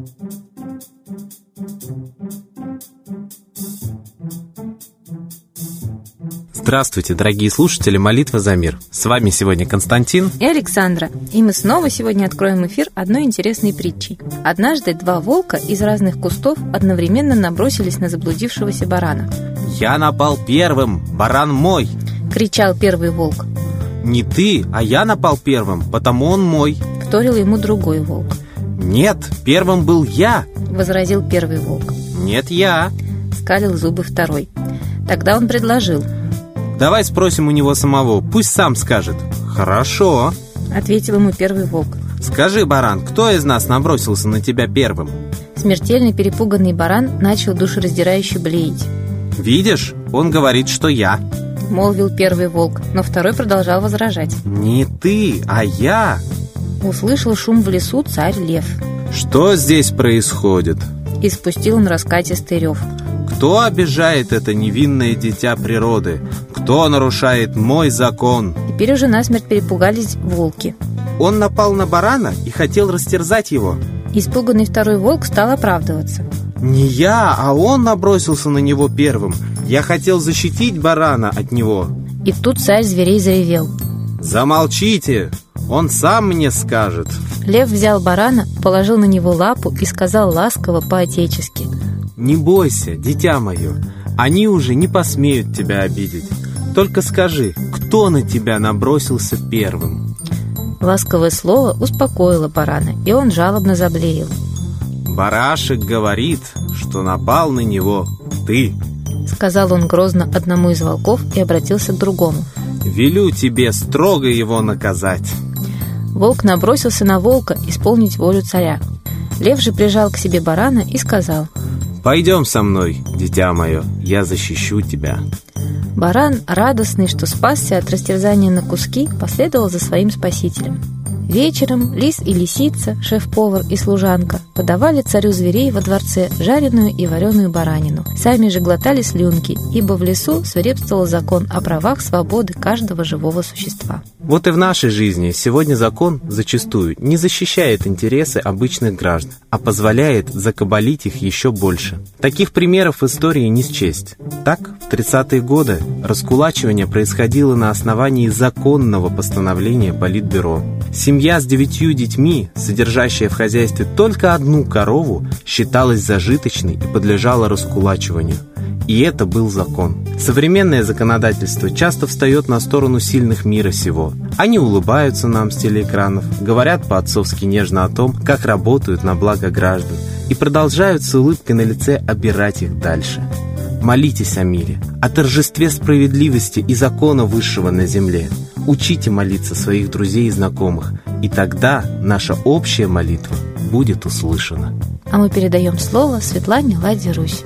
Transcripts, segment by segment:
Здравствуйте, дорогие слушатели «Молитва за мир». С вами сегодня Константин и Александра. И мы снова сегодня откроем эфир одной интересной притчей. Однажды два волка из разных кустов одновременно набросились на заблудившегося барана. «Я напал первым, баран мой!» — кричал первый волк. «Не ты, а я напал первым, потому он мой!» — вторил ему другой волк. «Нет, первым был я!» — возразил первый волк. «Нет, я!» — скалил зубы второй. Тогда он предложил: «Давай спросим у него самого, пусть сам скажет». «Хорошо», — ответил ему первый волк. «Скажи, баран, кто из нас набросился на тебя первым?» Смертельно перепуганный баран начал душераздирающе блеять. «Видишь, он говорит, что я», — молвил первый волк, но второй продолжал возражать. «Не ты, а я». Услышал шум в лесу царь Лев. «Что здесь происходит?» И спустил он раскатистый рев. «Кто обижает это невинное дитя природы? Кто нарушает мой закон?» Теперь уже насмерть перепугались волки. «Он напал на барана и хотел растерзать его». Испуганный второй волк стал оправдываться. «Не я, а он набросился на него первым. Я хотел защитить барана от него». И тут царь зверей заревел: «Замолчите! Он сам мне скажет». Лев взял барана, положил на него лапу и сказал ласково по-отечески: «Не бойся, дитя мое, они уже не посмеют тебя обидеть. Только скажи, кто на тебя набросился первым?» Ласковое слово успокоило барана, и он жалобно заблеял. «Барашек говорит, что напал на него ты», — сказал он грозно одному из волков и обратился к другому. «Велю тебе строго его наказать». Волк набросился на волка исполнить волю царя. Лев же прижал к себе барана и сказал: «Пойдем со мной, дитя мое, я защищу тебя». Баран, радостный, что спасся от растерзания на куски, последовал за своим спасителем. Вечером лис и лисица, шеф-повар и служанка, подавали царю зверей во дворце жареную и вареную баранину. Сами же глотали слюнки, ибо в лесу свирепствовал закон о правах свободы каждого живого существа. Вот и в нашей жизни сегодня закон зачастую не защищает интересы обычных граждан, а позволяет закабалить их еще больше. Таких примеров в истории не счесть. Так, в 30-е годы раскулачивание происходило на основании законного постановления Политбюро. Семья с 9 детьми, содержащая в хозяйстве только одну корову, считалась зажиточной и подлежала раскулачиванию. И это был закон. Современное законодательство часто встает на сторону сильных мира сего. Они улыбаются нам с телеэкранов, говорят по-отцовски нежно о том, как работают на благо граждан, и продолжают с улыбкой на лице обирать их дальше. Молитесь о мире, о торжестве справедливости и закона высшего на земле. Учите молиться своих друзей и знакомых, и тогда наша общая молитва будет услышана. А мы передаем слово Светлане Ладе-Русь.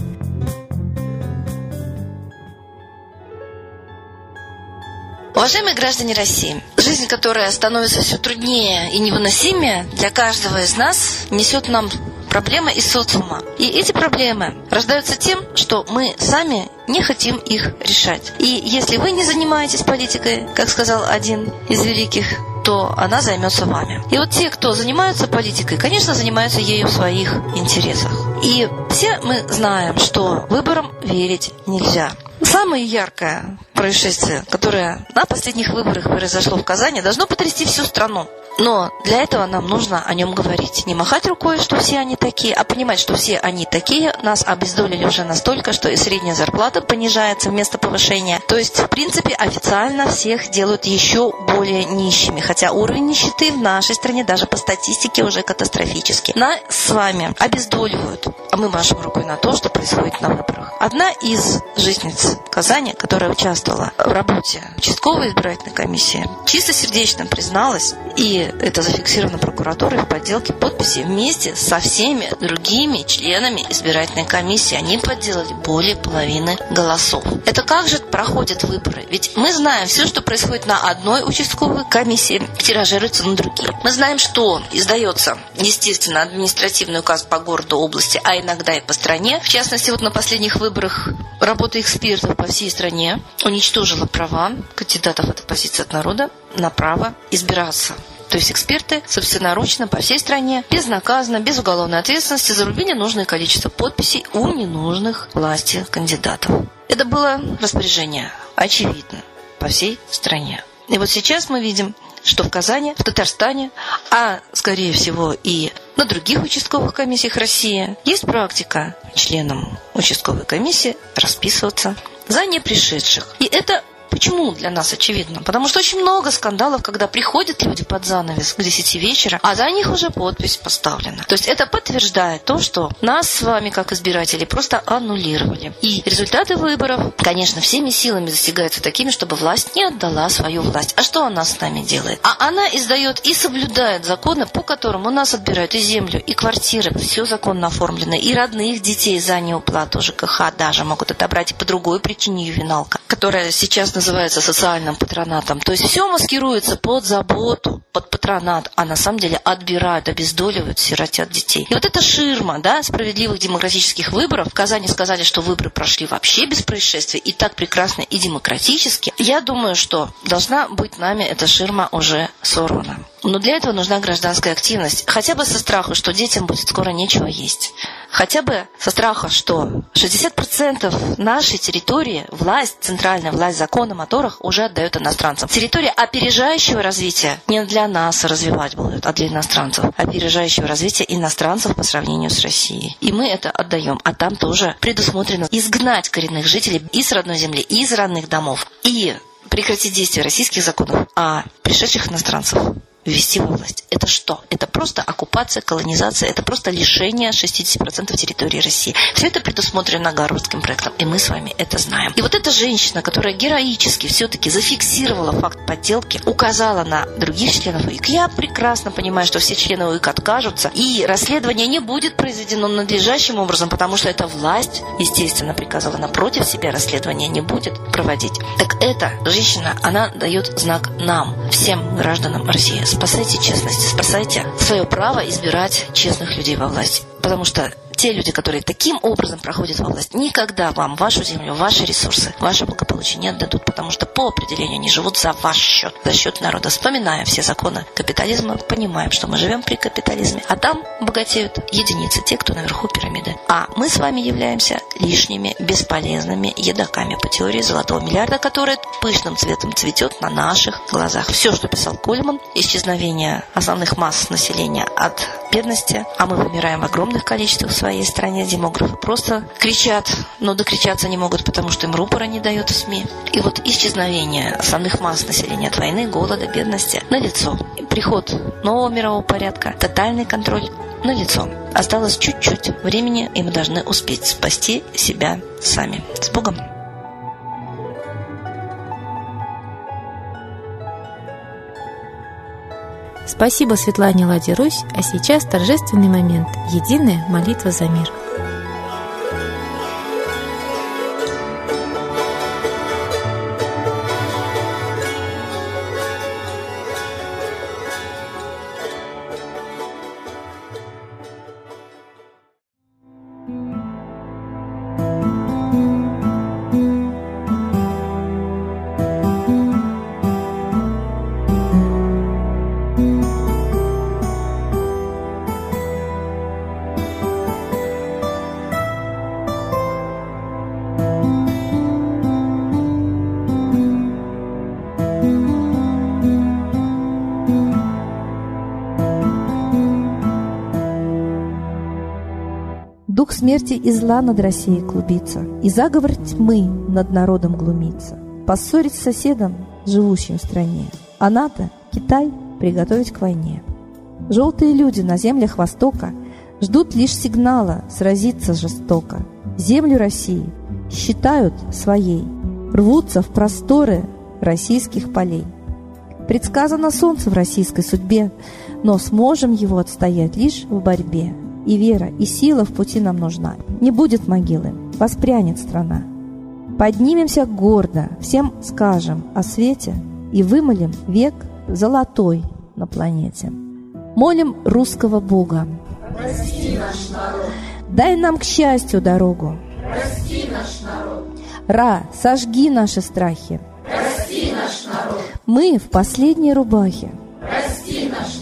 Уважаемые граждане России, жизнь, которая становится все труднее и невыносимее для каждого из нас, несет нам проблемы из социума. И эти проблемы рождаются тем, что мы сами не хотим их решать. И если вы не занимаетесь политикой, как сказал один из великих, то она займется вами. И вот те, кто занимаются политикой, конечно, занимаются ею в своих интересах. И все мы знаем, что выборам верить нельзя. Самое яркое происшествие, которое на последних выборах произошло в Казани, должно потрясти всю страну. Но для этого нам нужно о нем говорить. Не махать рукой, что все они такие, а понимать, что все они такие. Нас обездолили уже настолько, что и средняя зарплата понижается вместо повышения. То есть, в принципе, официально всех делают еще более нищими. Хотя уровень нищеты в нашей стране даже по статистике уже катастрофический. Нас с вами обездоливают. А мы машем рукой на то, что происходит на выборах. Одна из жительниц Казани, которая участвовала в работе участковой избирательной комиссии, чистосердечно призналась, и это зафиксировано прокуратурой в подделке подписи вместе со всеми другими членами избирательной комиссии. Они подделали более половины голосов. Это как же проходят выборы? Ведь мы знаем, все, что происходит на одной участковой комиссии, тиражируется на другие. Мы знаем, что издается, естественно, административный указ по городу, области, а иногда и по стране. В частности, вот на последних выборах работа экспертов по всей стране уничтожила права кандидатов от оппозиции от народа на право избираться. То есть эксперты собственноручно по всей стране, безнаказанно, без уголовной ответственности зарубили нужное количество подписей у ненужных власти кандидатов. Это было распоряжение, очевидно, по всей стране. И вот сейчас мы видим, что в Казани, в Татарстане, а скорее всего и на других участковых комиссиях России есть практика членам участковой комиссии расписываться за непришедших. И это почему для нас очевидно? Потому что очень много скандалов, когда приходят люди под занавес к 10 вечера, а за них уже подпись поставлена. То есть это подтверждает то, что нас с вами, как избирателей, просто аннулировали. И результаты выборов, конечно, всеми силами достигаются такими, чтобы власть не отдала свою власть. А что она с нами делает? А она издает и соблюдает законы, по которым у нас отбирают и землю, и квартиры, все законно оформлено, и родных детей за неуплату ЖКХ даже могут отобрать и по другой причине ювеналка, которая сейчас называется социальным патронатом. То есть все маскируется под заботу, под патронат, а на самом деле отбирают, обездоливают, сиротят детей. И вот эта ширма, справедливых демократических выборов, в Казани сказали, что выборы прошли вообще без происшествий, и так прекрасно, и демократически. Я думаю, что должна быть нами эта ширма уже сорвана. Но для этого нужна гражданская активность. Хотя бы со страху, что детям будет скоро нечего есть. Хотя бы со страха, что 60% нашей территории власть, центральная власть закона о моторах уже отдает иностранцам. Территория опережающего развития не для нас развивать будут, а для иностранцев. Опережающего развития иностранцев по сравнению с Россией. И мы это отдаем. А там тоже предусмотрено изгнать коренных жителей и с родной земли, и из родных домов. И прекратить действие российских законов, а пришедших иностранцев ввести во власть. Это что? Это просто оккупация, колонизация, это просто лишение 60% территории России. Все это предусмотрено Гарвардским проектом, и мы с вами это знаем. И вот эта женщина, которая героически все-таки зафиксировала факт подделки, указала на других членов УИК. Я прекрасно понимаю, что все члены УИК откажутся, и расследование не будет произведено надлежащим образом, потому что эта власть, естественно, приказала напротив себя, расследование не будет проводить. Так эта женщина, она дает знак нам, всем гражданам России. Спасайте честность, спасайте свое право избирать честных людей во власть. Потому что те люди, которые таким образом проходят во власть, никогда вам вашу землю, ваши ресурсы, ваше благополучие не отдадут, потому что по определению они живут за ваш счет, за счет народа. Вспоминаем все законы капитализма, понимаем, что мы живем при капитализме, а там богатеют единицы, те, кто наверху пирамиды. А мы с вами являемся лишними, бесполезными едоками по теории золотого миллиарда, которая пышным цветом цветет на наших глазах. Все, что писал Кольман, исчезновение основных масс населения от бедности, а мы вымираем в огромных количествах в своей стране. Демографы просто кричат, но докричаться не могут, потому что им рупора не дают в СМИ. И вот исчезновение основных масс населения от войны, голода, бедности налицо. Приход нового мирового порядка, тотальный контроль налицо. Осталось чуть-чуть времени, и мы должны успеть спасти себя сами. С Богом! Спасибо Светлане Ладе Русь, а сейчас торжественный момент – единая молитва за мир. Дух смерти и зла над Россией клубится, и заговор тьмы над народом глумится. Поссорить с соседом, живущим в стране, а НАТО, Китай, приготовить к войне. Желтые люди на землях Востока ждут лишь сигнала сразиться жестоко. Землю России считают своей, рвутся в просторы российских полей. Предсказано солнце в российской судьбе, но сможем его отстоять лишь в борьбе. И вера, и сила в пути нам нужна. Не будет могилы, воспрянет страна. Поднимемся гордо, всем скажем о свете и вымолим век золотой на планете. Молим русского Бога. Прости наш народ. Дай нам к счастью дорогу. Прости наш народ. Ра, сожги наши страхи. Прости наш народ. Мы в последней рубахе. Прости наш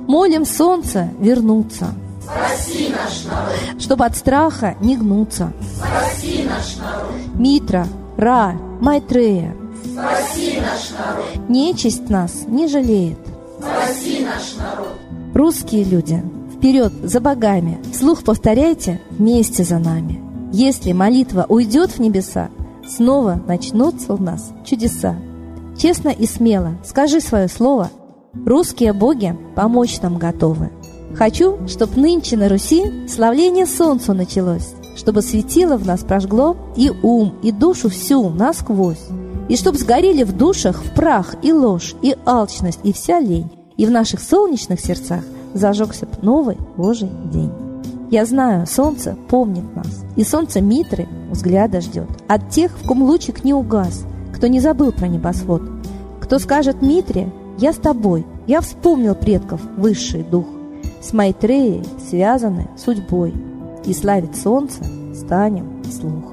Молим солнце вернуться. Спаси наш народ. Чтобы от страха не гнуться. Спаси наш народ. Митра, Ра, Майтрея. Спаси наш народ. Нечисть нас не жалеет. Спаси наш народ. Русские люди, вперед за богами. Вслух повторяйте вместе за нами. Если молитва уйдет в небеса, снова начнутся у нас чудеса. Честно и смело скажи свое слово. Русские боги помочь нам готовы. Хочу, чтоб нынче на Руси славление солнцу началось, чтобы светило в нас прожгло и ум, и душу всю насквозь, и чтоб сгорели в душах в прах и ложь, и алчность, и вся лень, и в наших солнечных сердцах зажегся б новый Божий день. Я знаю, солнце помнит нас, и солнце Митры взгляда ждет от тех, в ком лучик не угас, кто не забыл про небосвод, кто скажет Митре: «Я с тобой, я вспомнил предков высший дух». С Майтреей связаны судьбой, и славить солнце станем вслух.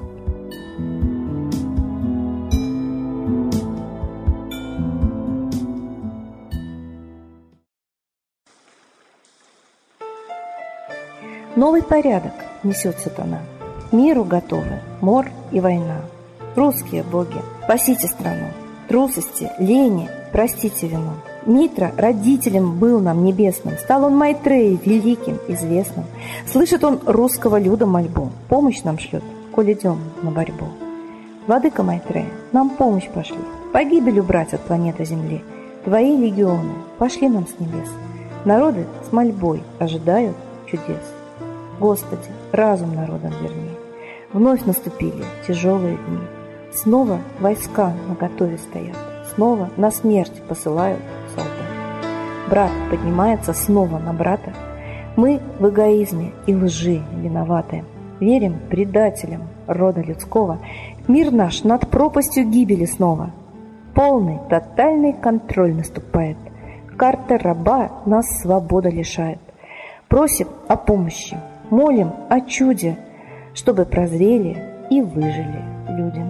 Новый порядок несет сатана. Миру готовы мор и война. Русские боги, спасите страну. Трусости, лени, простите вину. Митра родителем был нам небесным, стал он Майтреей великим, известным. Слышит он русского люда мольбу, помощь нам шлет, коль идем на борьбу. Владыка Майтрея, нам помощь пошли, погибелью брать от планеты Земли. Твои легионы пошли нам с небес. Народы с мольбой ожидают чудес. Господи, разум народам верни. Вновь наступили тяжелые дни. Снова войска наготове стоят, снова на смерть посылают солдат. Брат поднимается снова на брата. Мы в эгоизме и лжи виноваты. Верим предателям рода людского. Мир наш над пропастью гибели снова. Полный, тотальный контроль наступает. Карта раба нас свобода лишает. Просим о помощи, молим о чуде, чтобы прозрели и выжили люди.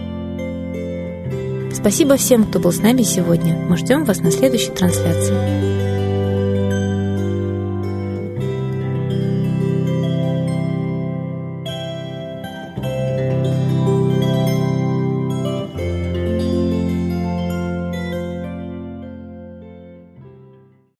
Спасибо всем, кто был с нами сегодня. Мы ждем вас на следующей трансляции.